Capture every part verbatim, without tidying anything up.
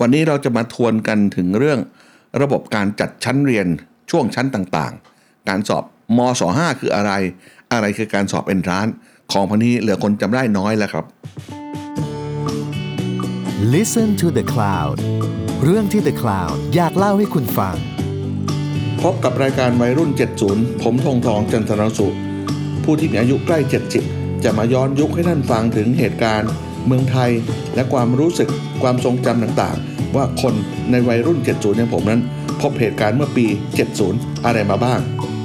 วันนี้เราจะมาทวนกันถึงเรื่องระบบการจัดชั้นเรียนช่วงชั้นต่างๆการสอบมศห้าคืออะไรอะไรคือการสอบเอนทรานซ์ของพวกนี้เหลือคนจำได้น้อยแล้วครับ Listen to the Cloud เรื่องที่ The Cloud อยากเล่าให้คุณฟังพบกับรายการวัยรุ่นเจ็ดสิบผมธงทองจันทรสุขผู้ที่มีอายุใกล้เจ็ดสิบจะมาย้อนยุคให้ท่านฟังถึงเหตุการณ์เมืองไทยและความรู้สึกความทรงจำต่างๆว่าคนในวัยรุ่นเจ็ดสิบอย่างผมนั้นพบเหตุการณ์เมื่อปีเจ็ดสิบอะไรมาบ้าง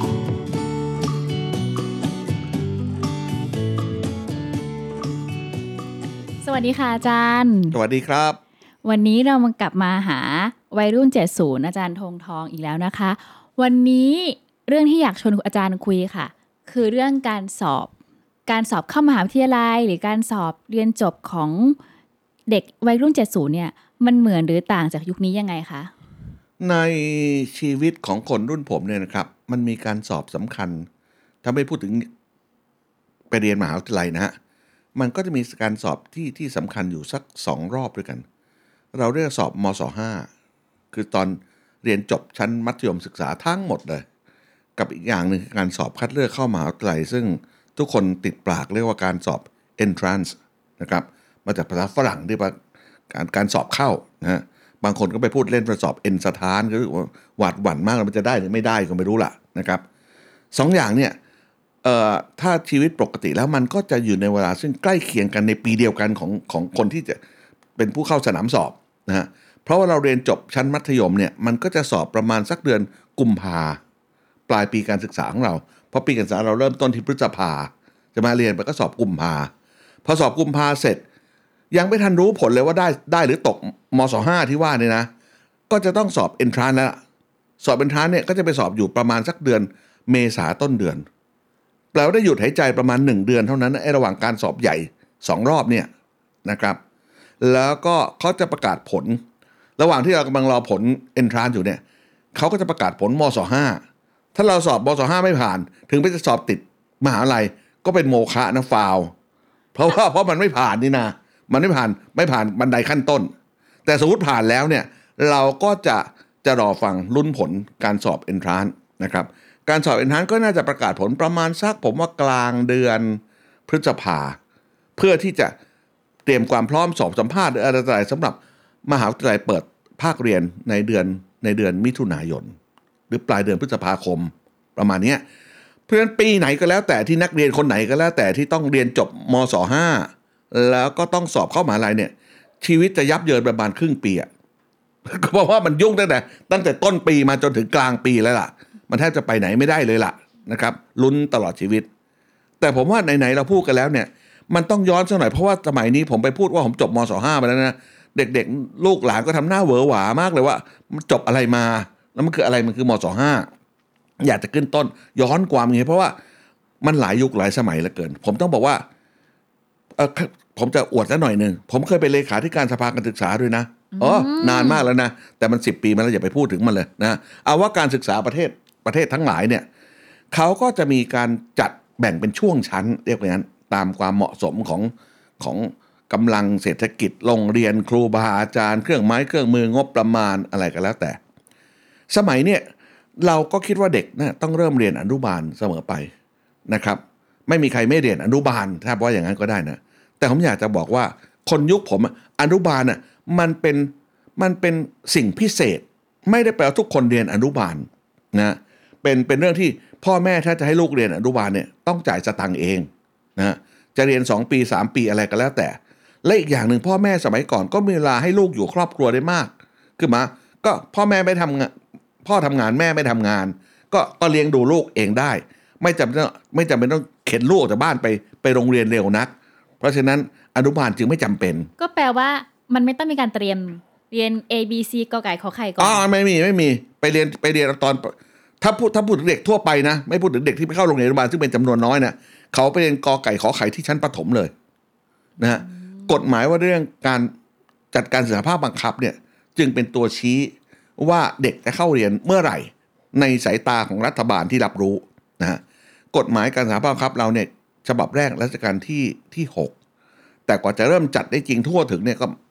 สวัสดีค่ะอาจารย์สวัสดีครับวันนี้เรามากลับมาหาวัยรุ่นเจ็ดสิบอาจารย์ธงทองอีกแล้วนะคะวันนี้เรื่องที่อยากชวนอาจารย์คุยค่ะคือเรื่องการสอบการสอบเข้ามหาวิทยาลัยหรือการสอบเรียนจบของเด็กวัยรุ่นเจ็ดสิบเนี่ยมันเหมือนหรือต่างจากยุคนี้ยังไงคะในชีวิตของคนรุ่นผมเนี่ยนะครับมันมีการสอบสำคัญถ้าไม่พูดถึงไปเรียนมหาวิทยาลัยนะฮะมันก็จะมีการสอบที่ที่สำคัญอยู่สักสองรอบด้วยกันเราเรียกสอบมศห้าคือตอนเรียนจบชั้นมัธยมศึกษาทั้งหมดเลยกับอีกอย่างหนึ่งคือการสอบคัดเลือกเข้ามหาวิทยาลัยซึ่งทุกคนติดปากเรียกว่าการสอบ entrance นะครับมาจากภาษาฝรั่งที่ว่าการการสอบเข้านะฮะบางคนก็ไปพูดเล่นว่าสอบ entrance ก็คือหวาดหวั่นมากมันจะได้หรือไม่ได้ก็ไม่รู้ล่ะนะครับสองอย่างเนี่ยเอ่อถ้าชีวิตปกติแล้วมันก็จะอยู่ในเวลาซึ่งใกล้เคียงกันในปีเดียวกันของของคนที่จะเป็นผู้เข้าสนามสอบนะฮะเพราะว่าเราเรียนจบชั้นมัธยมเนี่ยมันก็จะสอบประมาณสักเดือนกุมภาปลายปีการศึกษาของเราเพราะปีการศึกษาเราเริ่มต้นที่พฤษภาจะมาเรียนไปก็สอบกุมภาพอสอบกุมภาเสร็จยังไม่ทันรู้ผลเลยว่าได้ได้หรือตกมศห้าที่ว่านี่นะก็จะต้องสอบเอนทรานซ์แล้วสอบเอนทรานซ์เนี่ยก็จะไปสอบอยู่ประมาณสักเดือนเมษาต้นเดือนแปลว่าได้หยุดหายใจประมาณหนึ่งเดือนเท่านั้นไอ้ระหว่างการสอบใหญ่สองรอบเนี่ยนะครับแล้วก็เขาจะประกาศผลระหว่างที่เรากำลังรอผลเอนทรานซ์อยู่เนี่ยเขาก็จะประกาศผลมศห้าถ้าเราสอบมศห้าไม่ผ่านถึงไปจะสอบติดมหาลัยก็เป็นโมฆะนะฟาวเพราะว่าเพราะมันไม่ผ่านนี่นะมันไม่ผ่านไม่ผ่านบันไดขั้นต้นแต่สมมติผ่านแล้วเนี่ยเราก็จะจะรอฟังลุ้นผลการสอบเอนทรานซ์นะครับการสอบเอนทรานซ์ก็น่าจะประกาศผลประมาณสักผมว่ากลางเดือนพฤษภาเพื่อที่จะเตรียมความพร้อมสอบสัมภาษณ์หรืออะไรต่างๆสำหรับมหาวิทยาลัยเปิดภาคเรียนในเดือนในเดือนมิถุนายนหรือปลายเดือนพฤษภาคมประมาณนี้เพราะฉะนั้นปีไหนก็แล้วแต่ที่นักเรียนคนไหนก็แล้วแต่ที่ต้องเรียนจบมศห้าแล้วก็ต้องสอบเข้ามหาลัยเนี่ยชีวิตจะยับเยินประมาณครึ่งปีอ่ะเพราะว่ามันยุ่งตั้งแต่ตั้งแต่ต้นปีมาจนถึงกลางปีแล้วล่ะมันแทบจะไปไหนไม่ได้เลยล่ะนะครับลุ้นตลอดชีวิตแต่ผมว่าไหนๆเราพูดกันแล้วเนี่ยมันต้องย้อนสักหน่อยเพราะว่าสมัยนี้ผมไปพูดว่าผมจบมศห้าไปแล้วนะเด็กๆลูกหลานก็ทำหน้าเหวอหวามากเลยว่ามันจบอะไรมาแล้วมันคืออะไรมันคือมศห้าอยากจะขึ้นต้นย้อนความอย่างนี้เพราะว่ามันหลายยุคหลายสมัยเหลือเกินผมต้องบอกว่าเออผมจะอวดแล้วหน่อยนึงผมเคยเป็นเลขาธิการสภาการศึกษาด้วยนะอ๋อนานมากแล้วนะแต่มันสิบปีมาแล้วอย่าไปพูดถึงมันเลยนะเอาว่าการศึกษาประเทศประเทศทั้งหลายเนี่ยเขาก็จะมีการจัดแบ่งเป็นช่วงชั้นเรียกว่างั้นตามความเหมาะสมของของกำลังเศรษฐกิจโรงเรียนครูบาอาจารย์เครื่องไม้เครื่องมืองบประมาณอะไรก็แล้วแต่สมัยเนี่ยเราก็คิดว่าเด็กนะต้องเริ่มเรียนอนุบาลเสมอไปนะครับไม่มีใครไม่เรียนอนุบาลถ้าว่าอย่างนั้นก็ได้นะแต่ผมอยากจะบอกว่าคนยุคผมอนุบาลน่ะมันเป็นมันเป็นสิ่งพิเศษไม่ได้แปลว่าทุกคนเรียนอนุบาลนะเป็นเป็นเรื่องที่พ่อแม่ถ้าจะให้ลูกเรียนอนุบาลเนี่ยต้องจ่ายสตังค์เองนะจะเรียนสองปีสามปีอะไรก็แล้วแต่และอีกอย่างหนึ่งพ่อแม่สมัยก่อนก็มีเวลาให้ลูกอยู่ครอบครัวได้มากคือมาก็พ่อแม่ไม่ทำงานพ่อทำงานแม่ไม่ทำงานก็ก็เลี้ยงดูลูกเองได้ไม่จำเป็นไม่จำเป็นต้องเข็นลูกออกจากบ้านไปไปโรงเรียนเร็วนักเพราะฉะนั้นอนุบาลจึงไม่จำเป็นก็แปลว่ามันไม่ต้องมีการเตรียมเรียน A B C กอไก่ขอไข่ก่อนอ๋อไม่มีไม่มีไปเรียนไปเรียนตอนถ้าพูดถ้าพูดถึงเด็กทั่วไปนะไม่พูดถึงเด็กที่ไปเข้าโรงเรียนอนุบาลซึ่งเป็นจำนวนน้อยนะเขาไปเรียนกอไก่ขอไข่ที่ชั้นประถมเลยนะฮะกฎหมายว่าเรื่องการจัดการศึกษาภาคบังคับเนี่ยจึงเป็นตัวชี้ว่าเด็กจะเข้าเรียนเมื่อไหร่ในสายตาของรัฐบาลที่รับรู้นะฮะกฎหมายการศึกษาภาคบังคับเราเนี่ยฉบับแรกรัชกาลที่ที่หกแต่กว่าจะเริ่มจัดได้จริงทั่วถึงเนี่ยก็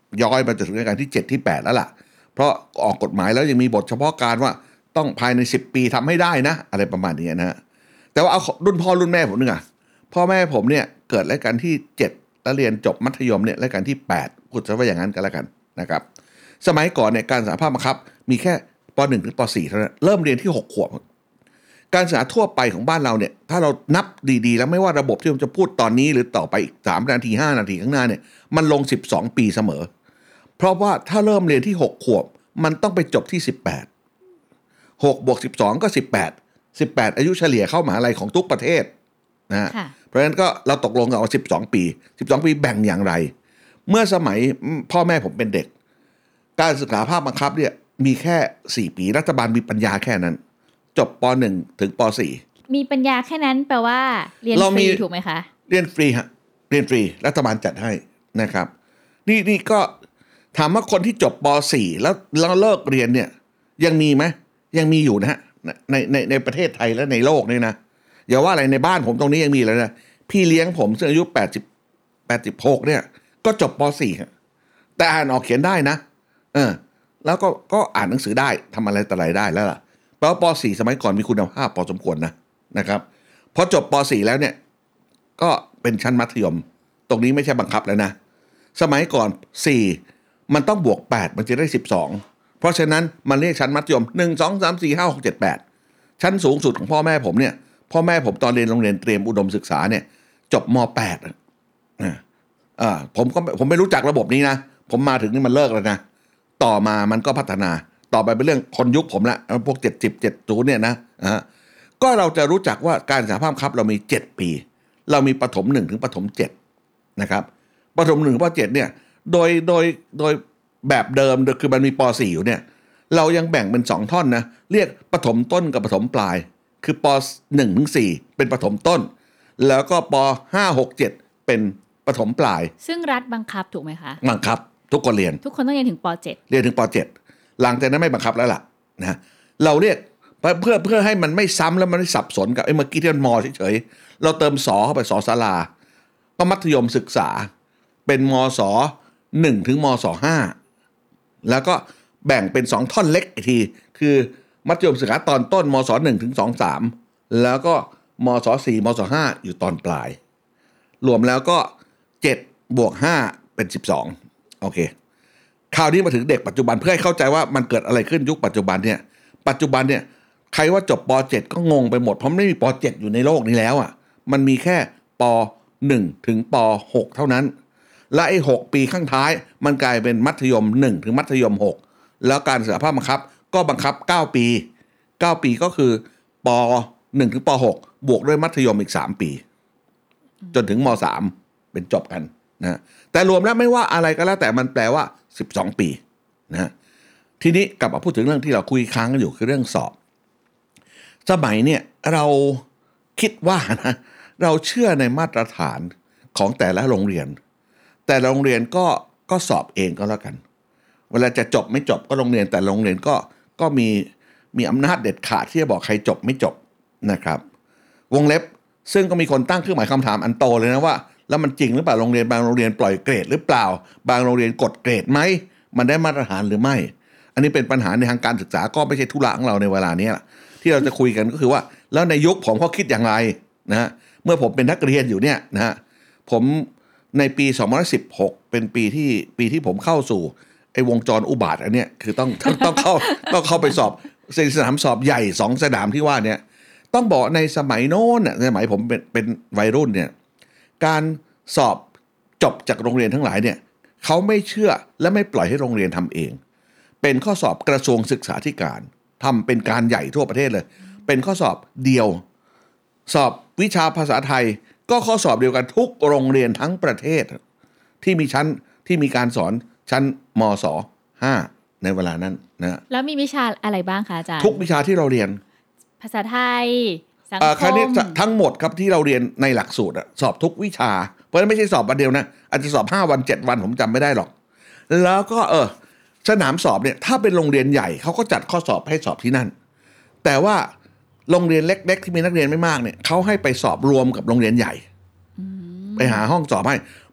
ย้อยมาจนถึงรัชกาลที่เจ็ดที่แปดแล้วล่ะเพราะออกกฎหมายแล้วยังมีบทเฉพาะการว่าต้องภายในสิบปีทำให้ได้นะอะไรประมาณนี้นะฮะแต่ว่าเอารุ่นพ่อรุ่นแม่ผมนึงอ่ะพ่อแม่ผมเนี่ยเกิดรัชกาลที่เจ็ดแล้วเรียนจบมัธยมเนี่ยรัชกาลที่แปดพูดซะว่าอย่างนั้นก็แล้วกันนะครับสมัยก่อนเนี่ยการศึกษาภาคบังคับมีแค่ป.หนึ่ง ถึงป.สี่ เท่านั้นเริ่มเรียนที่หกขวบการศึกษาทั่วไปของบ้านเราเนี่ยถ้าเรานับดีๆแล้วไม่ว่าระบบที่ผมจะพูดตอนนี้หรือต่อไปอีกสามนาทีห้านาทีข้างหน้าเนี่ยมันลงสิบสองปีเสมอเพราะว่าถ้าเริ่มเรียนที่หกขวบมันต้องไปจบที่สิบแปด หกบวกสิบสองก็สิบแปด สิบแปดอายุเฉลี่ยเข้ามหาวิทยาลัยของทุกประเทศนะฮะเพราะฉะนั้นก็เราตกลงกันว่าสิบสองปีสิบสองปีแบ่งอย่างไรเมื่อสมัยพ่อแม่ผมเป็นเด็กการศึกษาภาคบังคับเนี่ยมีแค่สี่ปีรัฐบาลมีปัญญาแค่นั้นจบป.หนึ่ง ถึงป.สี่ มีปัญญาแค่นั้นแปลว่าเรียนฟรีถูกไหมคะเรียนฟรีฮะเรียนฟรีรัฐบาลจัดให้นะครับนี่นี่ก็ถามว่าคนที่จบป.สี่ แล้วแล้วเลิกเรียนเนี่ยยังมีไหมยังมีอยู่นะฮะในในในประเทศไทยและในโลกนี่นะอย่าว่าอะไรในบ้านผมตรงนี้ยังมีเลยนะพี่เลี้ยงผมซึ่งอายุแปดสิบ แปดสิบหกเนี่ยก็จบป.สี่ ฮะแต่อ่านออกเขียนได้นะเออแล้วก็ก็อ่านหนังสือได้ทำอะไรต่ออะไรได้แล้วล่ะแปลว่าป.สี่ สมัยก่อนมีคุณภาพพอสมควรนะนะครับพอจบป.สี่ แล้วเนี่ยก็เป็นชั้นมัธยมตรงนี้ไม่ใช่บังคับแล้วนะสมัยก่อนสี่มันต้องบวกแปดมันจะได้สิบสองเพราะฉะนั้นมันเรียกชั้นมัธยมหนึ่ง สอง สาม สี่ ห้า หก เจ็ด แปดชั้นสูงสุดของพ่อแม่ผมเนี่ยพ่อแม่ผมตอนเรียนโรงเรียนเตรียมอุดมศึกษาเนี่ยจบม.แปดอ่ะอ่าผมก็ผมไม่รู้จักระบบนี้นะผมมาถึงนี่มันเลิกแล้วนะต่อมามันก็พัฒนาต่อไปเป็นเรื่องคนยุคผมละพวกเจ็ดสิบ เจ็ดสิบเนี่ยนะอ่าก็เราจะรู้จักว่าการศึกษาภาคบังคับเรามีเจ็ดปีเรามีประถมหนึ่งถึงประถมเจ็ดนะครับประถมหนึ่งถึงประถมเจ็ดเนี่ยโดยโดยโดยแบบเดิมคือมันมีป.สี่ อยู่เนี่ยเรายังแบ่งเป็นสองท่อนนะเรียกประถมต้นกับประถมปลายคือป.หนึ่ง ถึง สี่ เป็นประถมต้นแล้วก็ป.ห้า หก เจ็ดเป็นประถมปลายซึ่งรัฐบังคับถูกไหมคะบังคับทุกคนเรียนทุกคนต้องเรียนถึงป.เจ็ดเรียนถึงป.เจ็ดหลังจากนั้นไม่บังคับแล้วล่ะนะเราเรียกเพื่อเพื่อให้มันไม่ซ้ำแล้วมันไม่สับสนกับไอ้เมื่อกี้ที่มันม.เฉยๆเราเติมสอเข้าไปสอศาลาก็มัธยมศึกษาเป็นมศหนึ่งถึงมศห้าแล้วก็แบ่งเป็นสองท่อนเล็กอีกทีคือมัธยมศึกษาตอนต้นมศหนึ่งถึงสอง สามแล้วก็มศสี่มศห้าอยู่ตอนปลายรวมแล้วก็เจ็ดบวกห้าเป็นสิบสองโอเคคราวนี้มาถึงเด็กปัจจุบันเพื่อให้เข้าใจว่ามันเกิดอะไรขึ้นยุคปัจจุบันเนี่ยปัจจุบันเนี่ยใครว่าจบป.เจ็ดก็งงไปหมดเพราะไม่มีป.เจ็ดอยู่ในโลกนี้แล้วอ่ะมันมีแค่ป.หนึ่ง ถึงป.หกเท่านั้นและไอ้หกปีข้างท้ายมันกลายเป็นมัธยมหนึ่งถึงมัธยมหกแล้วการศึกษาภาคบังคับก็บังคับเก้าปีเก้าปีก็คือป.หนึ่ง ถึงป.หกบวกด้วยมัธยมอีกสามปีจนถึงม.สามเป็นจบกันนะแต่รวมแล้วไม่ว่าอะไรก็แล้วแต่มันแปลว่าสิบสองปีนะทีนี้กลับมาพูดถึงเรื่องที่เราคุยค้างกันอยู่คือเรื่องสอบสมัยเนี่ยเราคิดว่านะเราเชื่อในมาตรฐานของแต่ละโรงเรียนแต่โรงเรียนก็ก็สอบเองก็แล้วกันเวลาจะจบไม่จบก็โรงเรียนแต่โรงเรียนก็ก็มีมีอำนาจเด็ดขาดที่จะบอกใครจบไม่จบนะครับวงเล็บซึ่งก็มีคนตั้งเครื่องหมายคำถามอันโตเลยนะว่าแล้วมันจริงหรือเปล่าโรงเรียนบางโรงเรียนปล่อยเกรดหรือเปล่าบางโรงเรียนกดเกรดไหมมันได้มาตรฐานหรือไม่อันนี้เป็นปัญหาในทางการศึกษาก็ไม่ใช่ธุระของเราในเวลานี้ที่เราจะคุยกันก็คือว่าแล้วในยุคผมเขาคิดอย่างไรนะฮะเมื่อผมเป็นนักเรียนอยู่เนี่ยนะฮะผมในปีสองพันสิบหกเป็นปีที่ปีที่ผมเข้าสู่ไอ้วงจรอุบาทอันเนี้ยคือต้องต้องเข้าต้องเข้าไปสอบสนามสอบใหญ่สองสนามที่ว่าเนี่ยต้องบอกในสมัยโน้นน่ะสมัยผมเป็นเป็นวัยรุ่นเนี่ยการสอบจบจากโรงเรียนทั้งหลายเนี่ยเขาไม่เชื่อและไม่ปล่อยให้โรงเรียนทำเองเป็นข้อสอบกระทรวงศึกษาธิการทำเป็นการใหญ่ทั่วประเทศเลยเป็นข้อสอบเดียวสอบวิชาภาษาไทยก็ข้อสอบเดียวกันทุกโรงเรียนทั้งประเทศที่มีชั้นที่มีการสอนชั้นมศห้าในเวลานั้นนะแล้วมีวิชาอะไรบ้างคะอาจารย์ทุกวิชาที่เราเรียนภาษาไทยสังคมทั้งหมดครับที่เราเรียนในหลักสูตรสอบทุกวิชาเพราะฉะนั้นไม่ใช่สอบวันเดียวนะอาจจะสอบห้าวันเจ็ดวันผมจำไม่ได้หรอกแล้วก็เออสนามสอบเนี่ยถ้าเป็นโรงเรียนใหญ่เขาก็จัดข้อสอบให้สอบที่นั่นแต่ว่าโรงเรียนเล็กๆที่มีนักเรียนไม่มากเนี่ยเขาให้ไปสอบรวมกับโรงเรียนใหญ่ไปหาห้องสอบให้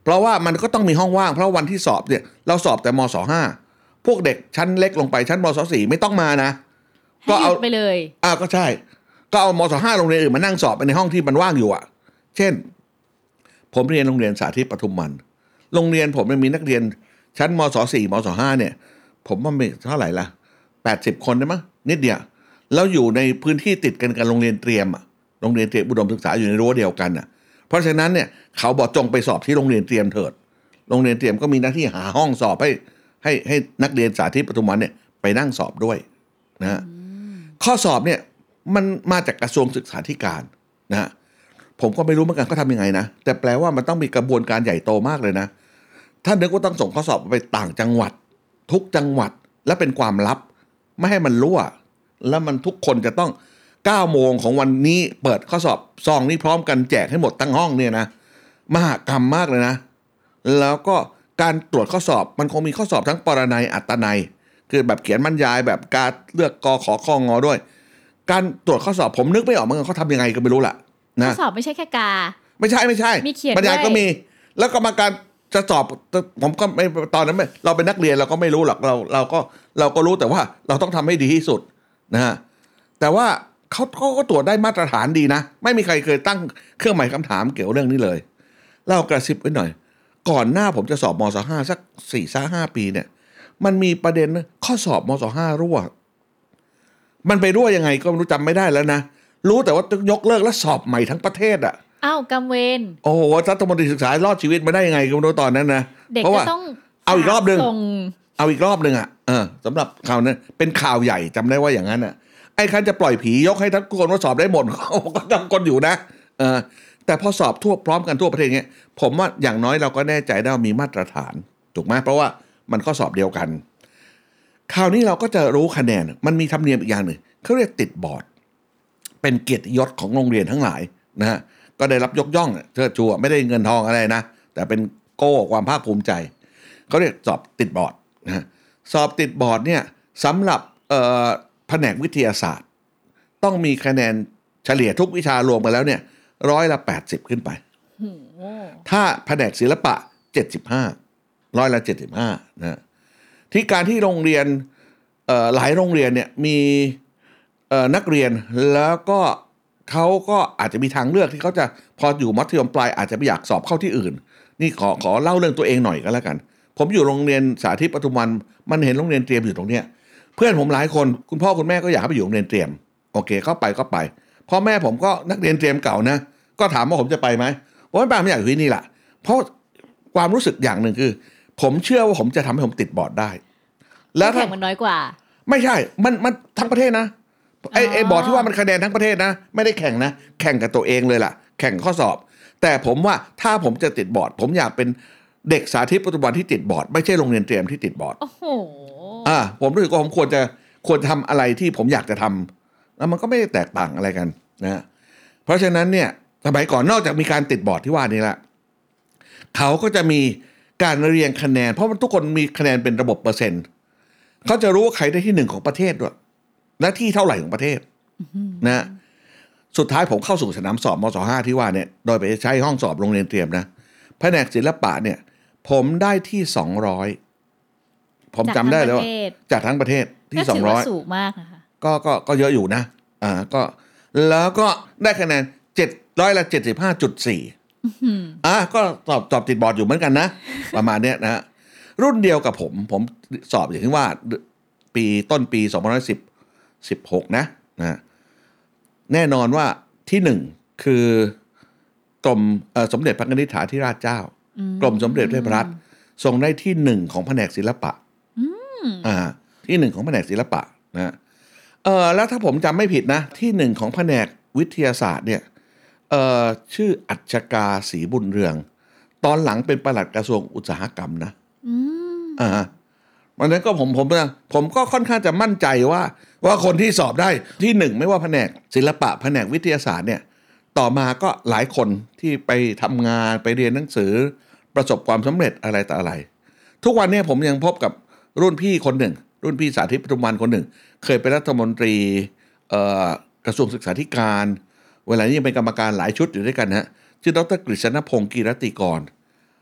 เพราะว่ามันก็ต้องมีห้องว่างเพราะวันที่สอบเนี่ยเราสอบแต่มศห้าพวกเด็กชั้นเล็กลงไปชั้นมศสี่ไม่ต้องมานะก็เอาไปเลยอ่าก็ใช่ก็เอามศห้าโรงเรียนอื่นมานั่งสอบไปในห้องที่มันว่างอยู่อ่ะเช่นผมเรียนโรงเรียนสาธิตปทุมวันโรงเรียนผมมีนักเรียนชั้นมศสี่มศห้าเนี่ยผมว่ามีเท่าไหร่ละแปดสิบคนได้มั้ยนิดเดียวแล้วอยู่ในพื้นที่ติดกันกับโรงเรียนเตรียมอ่ะโรงเรียนเตรียมอุดมศึกษาอยู่ในรั้วเดียวกันอ่ะเพราะฉะนั้นเนี่ยเขาบอกจงไปสอบที่โรงเรียนเตรียมเถิดโรงเรียนเตรียมก็มีหน้าที่หาห้องสอบให้ให้ให้นักเรียนสาธิตปทุมวันเนี่ยไปนั่งสอบด้วยนะฮะข้อสอบเนี่ยมันมาจากกระทรวงศึกษาธิการนะฮะผมก็ไม่รู้เหมือนกันเขาทำยังไงนะแต่แปลว่ามันต้องมีกระบวนการใหญ่โตมากเลยนะถ้านึกว่าต้องส่งข้อสอบไปต่างจังหวัดทุกจังหวัดและเป็นความลับไม่ให้มันรั่วแล้วมันทุกคนจะต้องเก้าโมงของวันนี้เปิดข้อสอบซองนี้พร้อมกันแจกให้หมดทั้งห้องเนี่ยนะมหกรรมมากเลยนะแล้วก็การตรวจข้อสอบมันคงมีข้อสอบทั้งปรนัยอัตนัยคือแบบเขียนบรรยายแบบการเลือกกขอข้องอด้วยการตรวจข้อสอบผมนึกไม่ออกเหมือนกันเขาทำยังไงก็ไม่รู้ล่ะนะข้อสอบไม่ใช่แค่กาไม่ใช่ไม่ใช่บรรยายก็มีแล้วกรรมการจะสอบผมก็ไม่ตอนนั้นไม่เราเป็นนักเรียนเราก็ไม่รู้หรอกเราเราก็เราก็รู้แต่ว่าเราต้องทำให้ดีที่สุดนะฮะแต่ว่าเขาเขาก็ตรวจได้มาตรฐานดีนะไม่มีใครเคยตั้งเครื่องหมายคำถามเกี่ยวเรื่องนี้เลยเล่ากระซิบไว้หน่อยก่อนหน้าผมจะสอบมศห้าสักสี่สักห้าปีเนี่ยมันมีประเด็นข้อสอบมศห้ารั่วมันไปรั่วยังไงก็ไม่รู้จำไม่ได้แล้วนะรู้แต่ว่ายกเลิกแล้วสอบใหม่ทั้งประเทศอ่ะอ้าวกำเวรโอ้โหรัฐมนตรีศึกษารอดชีวิตมาได้ยังไงก็ไม่รู้ตอนนั้นนะเพราะว่าต้องเอาอีกรอบนึงเอาอีกรอบนึงอ่ะเออสำหรับข่าวนั้นเป็นข่าวใหญ่จำได้ว่าอย่างนั้นอ่ะไอ้คันจะปล่อยผียกให้ทั้งคนว่าสอบได้หมดเขาก็จำคนอยู่นะเออแต่พอสอบทั่วพร้อมกันทั่วประเทศเงี้ยผมว่าอย่างน้อยเราก็แน่ใจได้ว่ามีมาตรฐานถูกไหมเพราะว่ามันข้อสอบเดียวกันคราวนี้เราก็จะรู้คะแนนมันมีธรรมเนียมอีกอย่างหนึ่งเขาเรียกติดบอร์ดเป็นเกียรติยศของโรงเรียนทั้งหลายนะฮะก็ได้รับยกย่องเชิดชูไม่ได้เงินทองอะไรนะแต่เป็นโก้ความภาคภูมิใจเขาเรียกสอบติดบอร์ดนะฮะสอบติดบอร์ดเนี่ยสำหรับเอ่อแผนกวิทยาศาสตร์ต้องมีคะแนนเฉลี่ยทุกวิชารวมกันแล้วเนี่ยร้อยละแปดสิบขึ้นไปถ้าแผนกศิลปะเจ็ดสิบห้าร้อยละเจ็ดสิบห้านะที่การที่โรงเรียนเอ่อหลายโรงเรียนเนี่ยมีเอ่อนักเรียนแล้วก็เขาก็อาจจะมีทางเลือกที่เขาจะพออยู่มัธยมปลายอาจจะไม่อยากสอบเข้าที่อื่นนี่ขอขอเล่าเรื่องตัวเองหน่อยก็แล้วกันผมอยู่โรงเรียนสาธิตปทุมวันมันเห็นโรงเรียนเตรียมอยู่ตรงเนี้ยเพื่อนผมหลายคนคุณพ่อคุณแม่ก็อยากให้ไปอยู่โรงเรียนเตรียมโอเคเข้าไปก็ไปพ่อแม่ผมก็นักเรียนเตรียมเก่านะก็ถามว่าผมจะไปไหมผมไม่ไปไม่อยากอยู่ที่นี่แหละเพราะความรู้สึกอย่างหนึ่งคือผมเชื่อว่าผมจะทำให้ผมติดบอร์ดได้แล้วแข่งมันน้อยกว่าไม่ใช่มันมันทั้งประเทศนะไอ้ไอ้บอร์ดที่ว่ามันคะแนนทั้งประเทศนะไม่ได้แข่งนะแข่งกับตัวเองเลยล่ะแข่งข้อสอบแต่ผมว่าถ้าผมจะติดบอร์ดผมอยากเป็นเด็กสาธิตปทุมวันที่ติดบอร์ดไม่ใช่โรงเรียนเตรียมที่ติดบอร์ดโอ้โหอ่าผมรู้สึกว่าผมควรจะควรทำอะไรที่ผมอยากจะทำแล้วมันก็ไม่ได้แตกต่างอะไรกันนะเพราะฉะนั้นเนี่ยสมัยก่อนนอกจากมีการติดบอร์ดที่ว่านี้ละเขาก็จะมีการเรียงคะแนนเพราะทุกคนมีคะแนนเป็นระบบเปอร์เซ็นต์เขาจะรู้ว่าใครได้ที่หนึ่งของประเทศด้วยและที่เท่าไหร่ของประเทศนะสุดท้ายผมเข้าสู่สนามสอบมศห้าที่ว่าเนี่ยโดยไปใช้ห้องสอบโรงเรียนเตรียมนะแผนกศิลปะเนี่ยผมได้ที่สองร้อยผมจำได้เลยว่าจากทั้งประเทศที่สองร้อยสูงมากนะคะก็ก็ก็เยอะอยู่นะอ่าก็แล้วก็ได้คะแนนเจ็ดร้อยละเจ็ดสิบห้าจุดสี่อ่าก็สอบสอบติดบอร์ดอยู่เหมือนกันนะประมาณเนี้ยนะรุ่นเดียวกับผมผมสอบอย่างที่ว่าปีต้นปีสองพันห้าร้อยสิบ สิบหกนะนะแน่นอนว่าที่หนึ่งคือกรมสมเด็จพระนิธิฐาธิราชเจ้ากรมสมเด็จพระเทพรัตน์ทรงได้ที่หนึ่งของแผนกศิลปะอ่าที่หนึ่งของแผนกศิลปะนะเออแล้วถ้าผมจำไม่ผิดนะที่หนึ่งของแผนกวิทยาศาสตร์เนี่ยเออชื่ออัจฉกาศรีบุญเรืองตอนหลังเป็นปลัดกระทรวงอุตสาหกรรมนะอ่าวันนั้นก็ผมผมผมก็ค่อนข้างจะมั่นใจว่าว่าคนที่สอบได้ที่หนึ่งไม่ว่าแผนกศิลปะแผนกวิทยาศาสตร์เนี่ยต่อมาก็หลายคนที่ไปทำงานไปเรียนหนังสือประสบความสำเร็จอะไรต่ออะไรทุกวันนี้ผมยังพบกับรุ่นพี่คนหนึ่งรุ่นพี่สาธิตปทุมวันคนหนึ่งเคยเป็นรัฐมนตรีกระทรวงศึกษาธิการเวลานี้ยังเป็นกรรมการหลายชุดอยู่ด้วยกันฮะชื่อดร.กฤษณพงศ์กีรติกร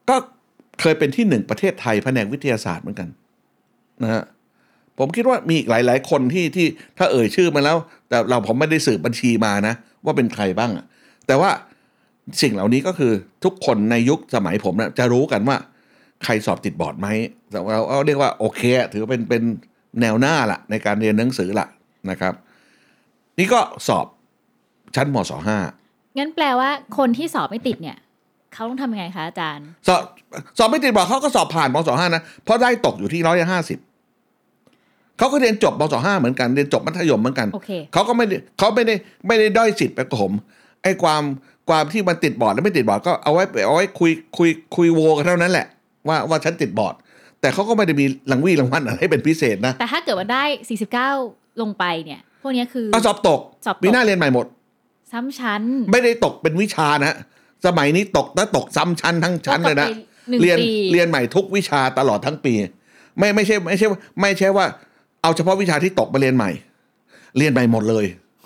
ก็เคยเป็นที่หนึ่งประเทศไทยแผนกวิทยาศาสตร์เหมือนกันนะฮะผมคิดว่ามีอีกหลายๆคนที่ที่ถ้าเอ่ยชื่อมาแล้วแต่เราผมไม่ได้สืบบัญชีมานะว่าเป็นใครบ้างอะแต่ว่าสิ่งเหล่านี้ก็คือทุกคนในยุคสมัยผมนะจะรู้กันว่าใครสอบติดบอร์ดไหมแต่เราเอาเรียกว่าโอเคถือเป็นเป็นแนวหน้าละในการเรียนหนังสือละนะครับนี่ก็สอบชั้นม.ศ.ห้างั้นแปลว่าคนที่สอบไม่ติดเนี่ยเขาต้องทำยังไงคะอาจารย์สอบสอบไม่ติดบอร์ดเขาก็สอบผ่านม.ศ.ห้านะเพราะได้ตกอยู่ที่ร้อยห้าสิบเขาก็เรียนจบม.ศ.ห้าเหมือนกันเรียนจบมัธยมเหมือนกัน okay. เขาก็ไม่ได้เขาไม่ได้ไม่ได้ด้อยสิทธิ์ไปกว่าผมไอ้ความความที่มันติดบอร์ดและไม่ติดบอร์ดก็เอาไว้เอาไว้คุยคุยคุยโวกันเท่านั้นแหละว่าว่าฉันติดบอร์ดแต่เขาก็ไม่ได้มีรางวีรางวัลอะไรเป็นพิเศษนะแต่ถ้าเกิดว่าได้สี่สิบเก้าลงไปเนี่ยพวกนี้คือสอบตกปีหน้าเรียนใหม่หมดซ้ำชั้นไม่ได้ตกเป็นวิชานะสมัยนี้ตกแล้วตกซ้ำชั้นทั้งชั้นเลยนะเรียนเรียนใหม่ทุกวิชาตลอดทั้งปีไม่ไม่ใช่ไม่ใช่ไม่ใช่ว่าเอาเฉพาะวิชาที่ตกมาเรียนใหม่เรียนใหม่หมดเลย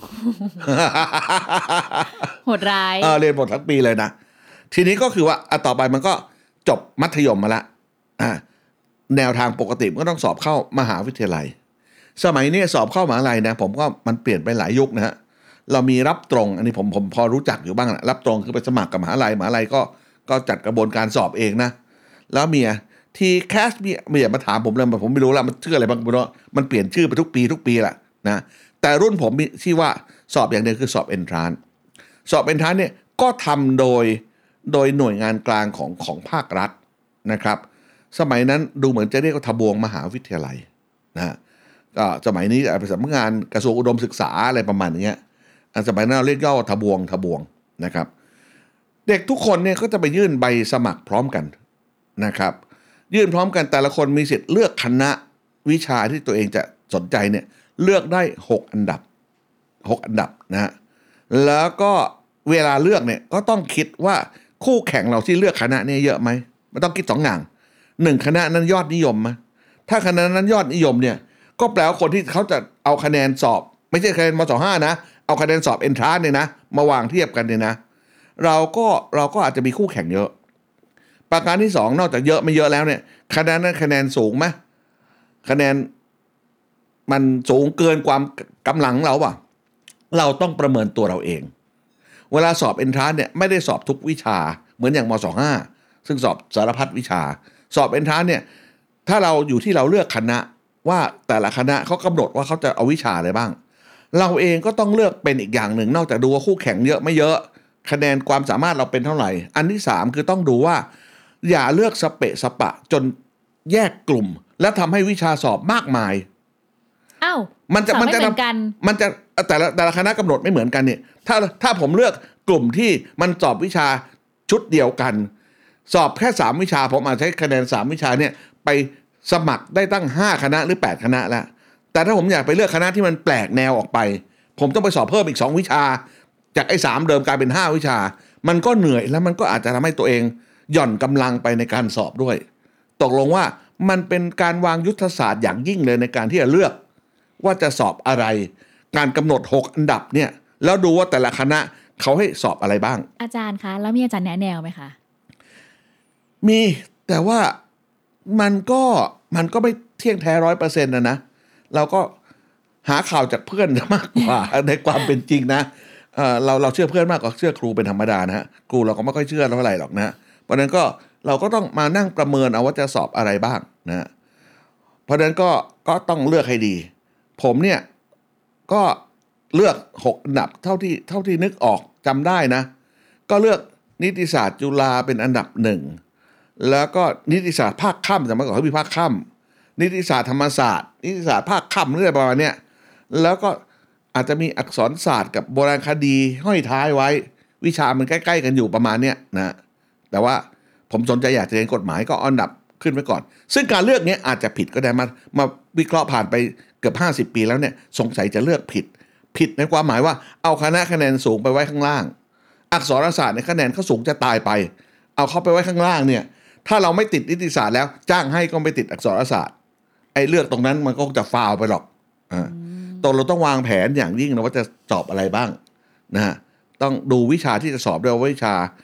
โหดร้ายเออเรียนหมดทั้งปีเลยนะทีนี้ก็คือว่าต่อไปมันก็จบมัธยมมาละอ่าแนวทางปกติมันก็ต้องสอบเข้ามหาวิทยาลัยสมัยนี้สอบเข้ามหาวิทยาลัยนะผมก็มันเปลี่ยนไปหลายยุคนะฮะเรามีรับตรงอันนี้ผมผมพอรู้จักอยู่บ้างแหละรับตรงคือไปสมัครกับมหาวิทยาลัยมหาวิทยาลัยก็ก็จัดกระบวนการสอบเองนะแล้วมีทีแคสมีไม่อยากมาถามผมเลยผมไม่รู้ละมันชื่ออะไรบ้างเพราะมันเปลี่ยนชื่อไปทุกปีทุกปีแหละนะแต่รุ่นผมมีชื่อว่าสอบอย่างเดียวคือสอบเอนทรานซ์สอบเอนทรานซ์เนี่ยก็ทำโดยโดยหน่วยงานกลางของของภาครัฐนะครับสมัยนั้นดูเหมือนจะเรียกว่าทบวงมหาวิทยาลัยนะก็สมัยนี้เป็นสำนักงานกระทรวงอุดมศึกษาอะไรประมาณนี้สมัยนั้นเราเรียกย่อทบวงทบวงนะครับเด็กทุกคนเนี่ยก็จะไปยื่นใบสมัครพร้อมกันนะครับยื่นพร้อมกันแต่ละคนมีสิทธิ์เลือกคณะวิชาที่ตัวเองจะสนใจเนี่ยเลือกได้หกอันดับหกอันดับนะฮะแล้วก็เวลาเลือกเนี่ยก็ต้องคิดว่าคู่แข่งเราที่เลือกคณะเนี่ยเยอะไหมมันต้องคิดสองอย่างหนึ่งคณะนั้นยอดนิยมไหมถ้าคณะนั้นยอดนิยมเนี่ยก็แปลว่าคนที่เขาจะเอาคะแนนสอบไม่ใช่คะแนนม.ศ.ห้านะเอาคะแนนสอบเอนทรานซ์เนี่ยนะมาวางเทียบกันเนี่ยนะเราก็เราก็อาจจะมีคู่แข่งเยอะประการที่สองนอกจากเยอะไม่เยอะแล้วเนี่ยคะแนนนั้นคะแนนสูงไหมคะแนนมันสูงเกินความกำลังเราป่ะเราต้องประเมินตัวเราเองเวลาสอบเอนทรานซ์เนี่ยไม่ได้สอบทุกวิชาเหมือนอย่างม.ศ.ห้าซึ่งสอบสารพัดวิชาสอบเอนทรานซ์เนี่ยถ้าเราอยู่ที่เราเลือกคณะว่าแต่ละคณะเขากำหนดว่าเขาจะเอาวิชาอะไรบ้างเราเองก็ต้องเลือกเป็นอีกอย่างหนึ่งนอกจากดูว่าคู่แข่งเยอะไม่เยอะคะแนนความสามารถเราเป็นเท่าไหร่อันที่สามคือต้องดูว่าอย่าเลือกสเปะสปะจนแยกกลุ่มแล้วทำให้วิชาสอบมากมายอ้าวมันจะมันจะมันจะแต่ละแต่ละคณะกำหนดไม่เหมือนกันเนี่ยถ้าถ้าผมเลือกกลุ่มที่มันสอบวิชาชุดเดียวกันสอบแค่สามวิชาผมอาจใช้คะแนนสามวิชาเนี่ยไปสมัครได้ตั้งห้าคณะหรือแปดคณะแล้วแต่ถ้าผมอยากไปเลือกคณะที่มันแปลกแนวออกไปผมต้องไปสอบเพิ่มอีกสองวิชาจากไอ้สามเดิมกลายเป็นห้าวิชามันก็เหนื่อยแล้วมันก็อาจจะทำให้ตัวเองหย่อนกำลังไปในการสอบด้วยตกลงว่ามันเป็นการวางยุทธศาสตร์อย่างยิ่งเลยในการที่จะเลือกว่าจะสอบอะไรการกำหนดหกอันดับเนี่ยแล้วดูว่าแต่ละคณะเขาให้สอบอะไรบ้างอาจารย์คะแล้วมีอาจารย์แนะแนวไหมคะมีแต่ว่ามันก็มันก็ไม่เที่ยงแท้ร้อยเปอร์เซ็นต์นะนะเราก็หาข่าวจากเพื่อนมากกว่า ในความเป็นจริงนะ เอ่อเราเราเชื่อเพื่อนมากกว่าเชื่อครูเป็นธรรมดานะฮะครูเราก็ไม่ค่อยเชื่อเท่าไหร่หรอกนะเพราะนั้นก็เราก็ต้องมานั่งประเมินเอาว่าจะสอบอะไรบ้างนะเพราะนั้นก็ก็ต้องเลือกให้ดีผมเนี่ยก็เลือกหกอันดับเท่าที่เท่าที่นึกออกจำได้นะก็เลือกนิติศาสตร์จุฬาเป็นอันดับหนึ่งแล้วก็นิติศาสตร์ภาคค่ำสมัยก่อนเขามีภาคค่ำนิติศาสตร์ธรรมศาสตร์นิติศาสตร์ภาคค่ำเรื่องประมาณนี้แล้วก็อาจจะมีอักษรศาสตร์กับโบราณคดีห้อยท้ายไว้วิชามันใกล้ๆกันอยู่ประมาณเนี้ยนะแต่ว่าผมสนใจอยากจะเรียนกฎหมายก็อันดับขึ้นไว้ก่อนซึ่งการเลือกนี้อาจจะผิดก็ได้มามาวิเคราะห์ผ่านไปเกือบห้าสิบปีแล้วเนี่ยสงสัยจะเลือกผิดผิดในความหมายว่าเอาคณะคะแนนสูงไปไว้ข้างล่างอักษรศาสตร์ในคะแนนเขาสูงจะตายไปเอาเข้าไปไว้ข้างล่างเนี่ยถ้าเราไม่ติดนิติศาสตร์แล้วจ้างให้ก็ไม่ติดอักษรศาสตร์ไอ้เลือกตรงนั้นมันก็จะฟาวไปหรอกอ่าตรงเราต้องวางแผนอย่างยิ่งนะว่าจะสอบอะไรบ้างนะฮะต้องดูวิชาที่จะสอบด้วยว่าวิชา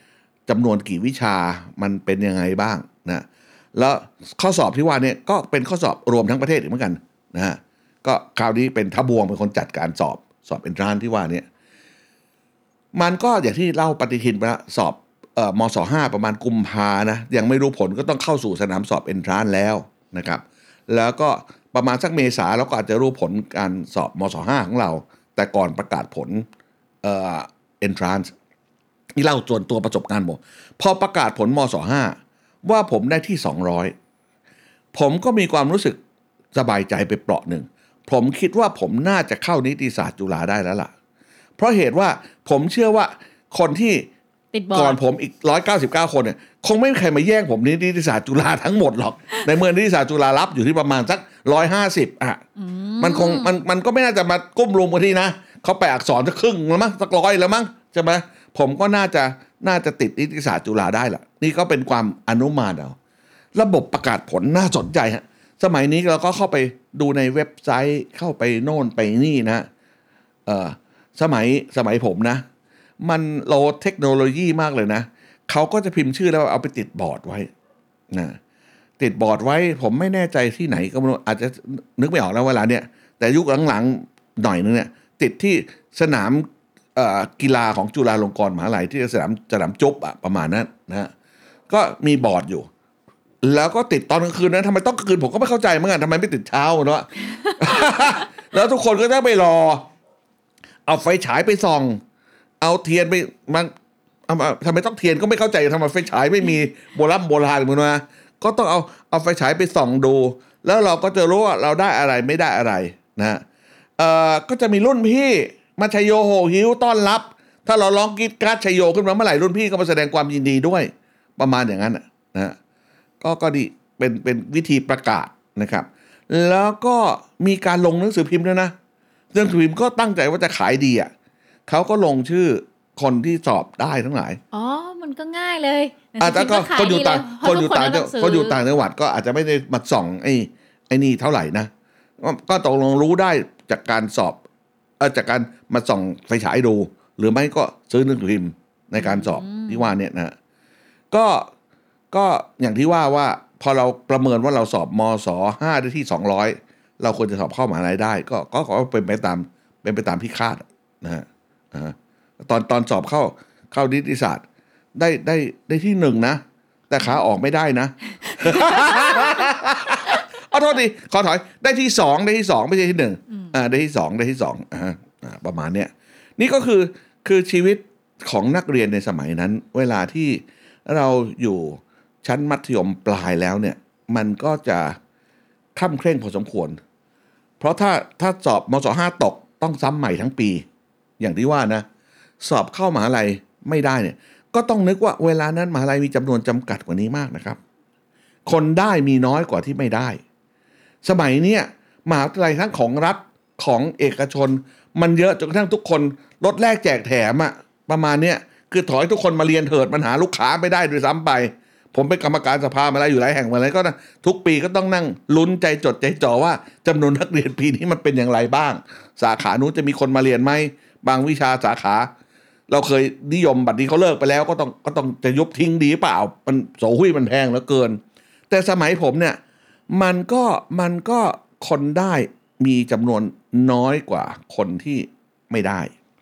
จำนวนกี่วิชามันเป็นยังไงบ้างนะแล้วข้อสอบที่ว่าเนี่ยก็เป็นข้อสอบรวมทั้งประเทศเหมือนกันนะฮะก็คราวนี้เป็นทบวงเป็นคนจัดการสอบสอบเอนทรานซ์ที่ว่าเนี่ยมันก็อย่างที่เล่าปฏิทินไปแล้วสอบเอ่อมศห้าประมาณกุมภานะยังไม่รู้ผลก็ต้องเข้าสู่สนามสอบเอนทรานซ์แล้วนะครับแล้วก็ประมาณสักเมษาเราก็อาจจะรู้ผลการสอบมศห้าของเราแต่ก่อนประกาศผลเอ่อเอนทรานซ์นี่เล่าส่วนตัวประสบการณ์ผมพอประกาศผลมศห้าว่าผมได้ที่สองร้อยผมก็มีความรู้สึกสบายใจไปเปราะหนึ่งผมคิดว่าผมน่าจะเข้านิติศาสตร์จุฬาได้แล้วล่ะเพราะเหตุว่าผมเชื่อว่าคนที่ก่อนผมอีกหนึ่งร้อยเก้าสิบเก้าคนเนี่ยคงไม่มีใครมาแย่งผมนิติศาสตร์จุฬาทั้งหมดหรอกในเมื่อนิติศาสตร์จุฬารับอยู่ที่ประมาณสักหนึ่งร้อยห้าสิบอ่ะมันคงมันมันก็ไม่น่าจะมาก้มลงกันที่นะเขาไปอักษรสักครึ่งแล้วมั้งสักร้อยแล้วมั้งใช่ไหมผมก็น่าจะน่าจะติดนิติศาสตร์จุฬาได้ล่ะนี่ก็เป็นความอนุมานเอาระบบประกาศผลน่าสนใจฮะสมัยนี้เราก็เข้าไปดูในเว็บไซต์เข้าไปโน่นไปนี่นะเอ่อสมัยสมัยผมนะมันโลเทคโนโลยีมากเลยนะเขาก็จะพิมพ์ชื่อแล้วเอาไปติดบอร์ดไว้นะติดบอร์ดไว้ผมไม่แน่ใจที่ไหนก็ไม่รู้อาจจะนึกไม่ออกแล้วเวลาเนี่ยแต่ยุคหลังๆหน่อยนึงเนี่ยติดที่สนามกีฬาของจุฬาลงกรณ์มหาวิทยาลัยที่สนามสนามจุ๊บอะประมาณนั้นนะก็มีบอร์ดอยู่แล้วก็ติดตอนกลางคืนนะทำไมต้องกลางคืนผมก็ไม่เข้าใจเหมือนกันทำไมไม่ติดเช้าเนาะ แล้วทุกคนก็ต้องไปรอเอาไฟฉายไปส่องเอาเทียนไปมันทำไมต้องเทียนก็ไม่เข้าใจทำไมไฟฉายไม่มีโบราณโบราณเหมือนนะก็ต้องเอาเอาไฟฉายไปส่องดูแล้วเราก็จะรู้ว่าเราได้อะไรไม่ได้อะไรนะเอ่อก็จะมีรุ่นพี่มาชัยโยโหหิวต้อนรับถ้าเราร้องกรี๊ดกราดชัยโยขึ้นมาเมื่อไหร่รุ่นพี่ก็มาแสดงความยินดีด้วยประมาณอย่างนั้นนะก็ก็ดีเป็นเป็นวิธีประกาศนะครับแล้วก็มีการลงหนังสือพิมพ์ด้วยนะหนังสือพิมพ์ก็ตั้งใจว่าจะขายดีอ่ะเขาก็ลงชื่อคนที่สอบได้ทั้งหลายอ๋อมันก็ง่ายเลยอาจจะก็คนอยู่ต่างคนอยู่ต่างคนอยู่ต่างจังหวัดก็อาจจะไม่ได้มาส่องไอ้ไอ้นี่เท่าไหร่นะก็ตกลงรู้ได้จากการสอบเออจากการมาส่องไฟฉายดูหรือไม่ก็ซื้อหนังสือพิมพ์ในการสอบที่ว่าเนี่ยนะก็ก็อย่างที่ว่าว่าพอเราประเมินว่าเราสอบมศห้าได้ที่สองร้อยเราควรจะสอบเข้ามหาวิทยาลัยได้ก็ก็ขอเป็นไปตามเป็นไปตามที่คาดนะฮะตอนตอนสอบเข้าเข้านิติศาสตร์ได้ได้ได้ที่หนึ่งนะแต่ขาออกไม่ได้นะ เอาโทษดีขอถอยได้ที่สองได้ที่สองไม่ใช่ที่หนึ่งอ่าได้ที่สองได้ที่สองอ่าประมาณเนี้ยนี่ก็คือคือชีวิตของนักเรียนในสมัยนั้นเวลาที่เราอยู่ชั้นมัธยมปลายแล้วเนี่ยมันก็จะคร่ำเคร่งพอสมควรเพราะถ้าถ้าสอบมศห้าตกต้องซ้ำใหม่ทั้งปีอย่างที่ว่านะสอบเข้ามหาวิทยาลัยไม่ได้เนี่ยก็ต้องนึกว่าเวลานั้นมหาวิทยาลัยมีจำนวนจำกัดกว่านี้มากนะครับคนได้มีน้อยกว่าที่ไม่ได้สมัยนี้มหาวิทยาลัยทั้งของรัฐของเอกชนมันเยอะจนกระทั่งทุกคนลดแลกแจกแถมอะประมาณเนี้ยคือถอยทุกคนมาเรียนเถิดมันหาลูกค้าไม่ได้ด้วยซ้ำไปผมเป็นกรรมการสภามาแล้วอยู่หลายแห่งมาแล้วก็ทุกปีก็ต้องนั่งลุ้นใจจดใจจ่อว่าจำนวนนักเรียนปีนี้มันเป็นอย่างไรบ้างสาขานู้นจะมีคนมาเรียนไหมบางวิชาสาขาเราเคยนิยมบัดนี้เขาเลิกไปแล้วก็ต้องก็ต้องจะยุบทิ้งดีเปล่ามันโสหุ้ยมันแพงเหลือเกินแต่สมัยผมเนี่ยมันก็มันก็คนได้มีจำนวนน้อยกว่าคนที่ไม่ได้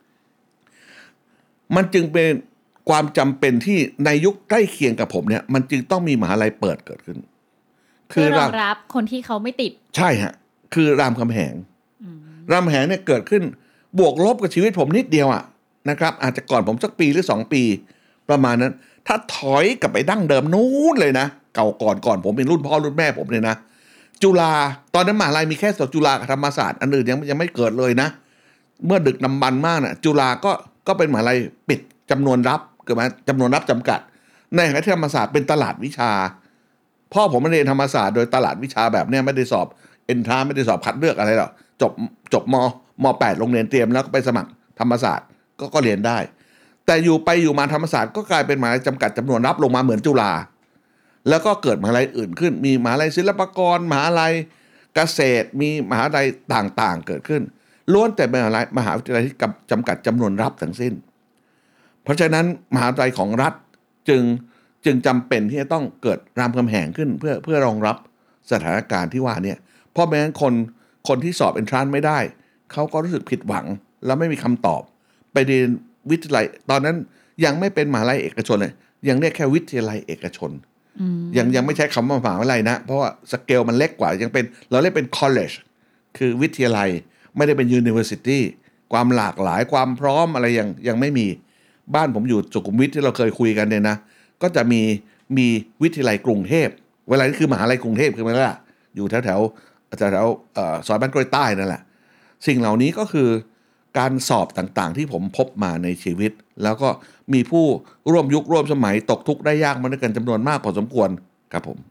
มันจึงเป็นความจำเป็นที่ในยุคใกล้เคียงกับผมเนี่ยมันจึงต้องมีมหาลัยเปิดเกิดขึ้นคือรองรับคนที่เขาไม่ติดใช่ฮะคือรามคำแหงรามคำแหงเนี่ยเกิดขึ้นบวกลบกับชีวิตผมนิดเดียวอ่ะนะครับอาจจะก่อนผมสักปีหรือสองปีประมาณนั้นถ้าถอยกลับไปดั้งเดิมนู้นเลยนะเก่าก่อนก่อนผมเป็นรุ่นพ่อรุ่นแม่ผมเลยนะจุฬาตอนนั้นมหาลัยมีแค่สจุฬากับธรรมศาสตร์อันอื่นยังยังไม่เกิดเลยนะเมื่อดึกดำบรรพ์มากน่ะจุฬาก็ก็เป็นมหาลัยปิดจำนวนรับเกิดมาจำนวนรับจำกัดในขณะที่ธรรมศาสตร์เป็นตลาดวิชาพ่อผมเรียนธรรมศาสตร์โดยตลาดวิชาแบบเนี้ยไม่ได้สอบเอนทรานซ์ไม่ได้สอบคัดเลือกอะไรหรอกจบจบมมแปดโรงเรียนเตรียมแล้วก็ไปสมัครธรรมศาสตร์ก็ก็เรียนได้แต่อยู่ไปอยู่มาธรรมศาสตร์ก็กลายเป็นมหาลัยจำกัดจำนวนรับลงมาเหมือนจุฬาแล้วก็เกิดมหาลัยอื่นขึ้นมีมหาลัยศิลปากรมหาลัยเกษตรมีมหาลัยต่างๆเกิดขึ้นล้วนแต่เป็นมหาลัยมหาวิทยาลัยที่จำกัดจำนวนรับทั้งสิ้นเพราะฉะนั้นมหาวิทยาลัยของรัฐจึงจึงจำเป็นที่จะต้องเกิดรามคำแหงขึ้นเพื่อเพื่อรองรับสถานการณ์ที่ว่าเนี่ยเพราะแม้งั้นคนคนที่สอบ entrance ไม่ได้เขาก็รู้สึกผิดหวังแล้วไม่มีคำตอบไปเรียนวิทยาลัยตอนนั้นยังไม่เป็นมหาลัยเอกชนเลยยังเรียกแค่วิทยาลัยเอกชนยังยังไม่ใช้คำว่ามหาวิทยาลัยนะเพราะว่าสเกลมันเล็กกว่ายังเป็นเราเรียกเป็น college คือวิทยาลัยไม่ได้เป็น university ความหลากหลายความพร้อมอะไรยังยังไม่มีบ้านผมอยู่สุขุมวิทที่เราเคยคุยกันเนี่ยนะก็จะมีมีวิทยาลัยกรุงเทพเวลานี้คือมหาลัยกรุงเทพคือมันละอยู่แถวแถวแถวแถวซอยบ้านกล้วยใต้นั่นแหละสิ่งเหล่านี้ก็คือการสอบต่างๆที่ผมพบมาในชีวิตแล้วก็มีผู้ร่วมยุคร่วมสมัยตกทุกข์ได้ยากมาด้วยกันจำนวนมากพอสมควรครับผม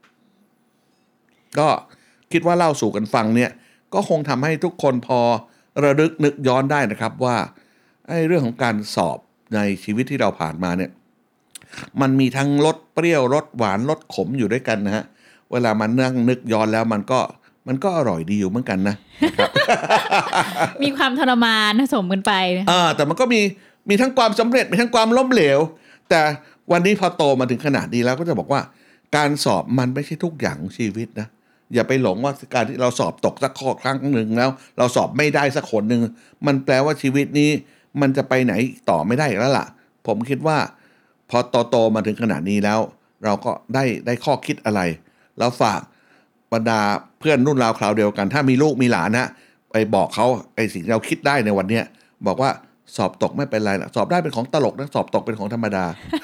ก็คิดว่าเล่าสู่กันฟังเนี่ยก็คงทำให้ทุกคนพอระลึกนึกย้อนได้นะครับว่าไอ้เรื่องของการสอบในชีวิตที่เราผ่านมาเนี่ยมันมีทั้งรสเปรี้ยวรสหวานรสขมอยู่ด้วยกันนะฮะเวลามันนั่งนึกย้อนแล้วมันก็มันก็อร่อยดีอยู่เหมือนกันนะมีความทรมานผสมกันไปอ่าแต่มันก็มีมีทั้งความสำเร็จมีทั้งความล้มเหลวแต่วันนี้พอโตมาถึงขนาดนี้แล้วก็จะบอกว่าการสอบมันไม่ใช่ทุกอย่างของชีวิตนะอย่าไปหลงว่าการที่เราสอบตกสักข้อครั้งหนึ่งแล้วเราสอบไม่ได้สักคนหนึ่งมันแปลว่าชีวิตนี้มันจะไปไหนต่อไม่ได้แล้วล่ะผมคิดว่าพอโตๆมาถึงขนาดนี้แล้วเราก็ได้ได้ข้อคิดอะไรแล้วฝากบรรดาเพื่อนรุ่นราวคราวเดียวกันถ้ามีลูกมีหลานนะไปบอกเขาไอ้สิ่งที่เราคิดได้ในวันนี้บอกว่าสอบตกไม่เป็นไรนะสอบได้เป็นของตลกนะสอบตกเป็นของธรรมดา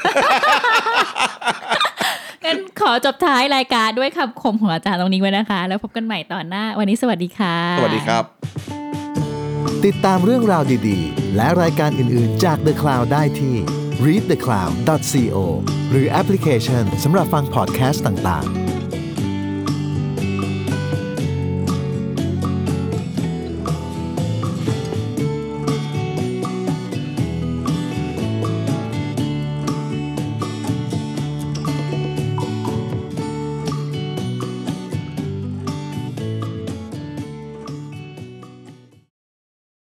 งั้นขอจบท้ายรายการด้วยคำคมของอาจารย์ตรงนี้ไว้นะคะแล้วพบกันใหม่ตอนหน้าวันนี้สวัสดีค่ะสวัสดีครับติดตามเรื่องราวดีๆและรายการอื่นๆจาก The Cloud ได้ที่ รีด เดอะ คลาวด์ ดอท ซี โอ หรือแอปพลิเคชันสำหรับฟังพอดแคสต์ต่างๆ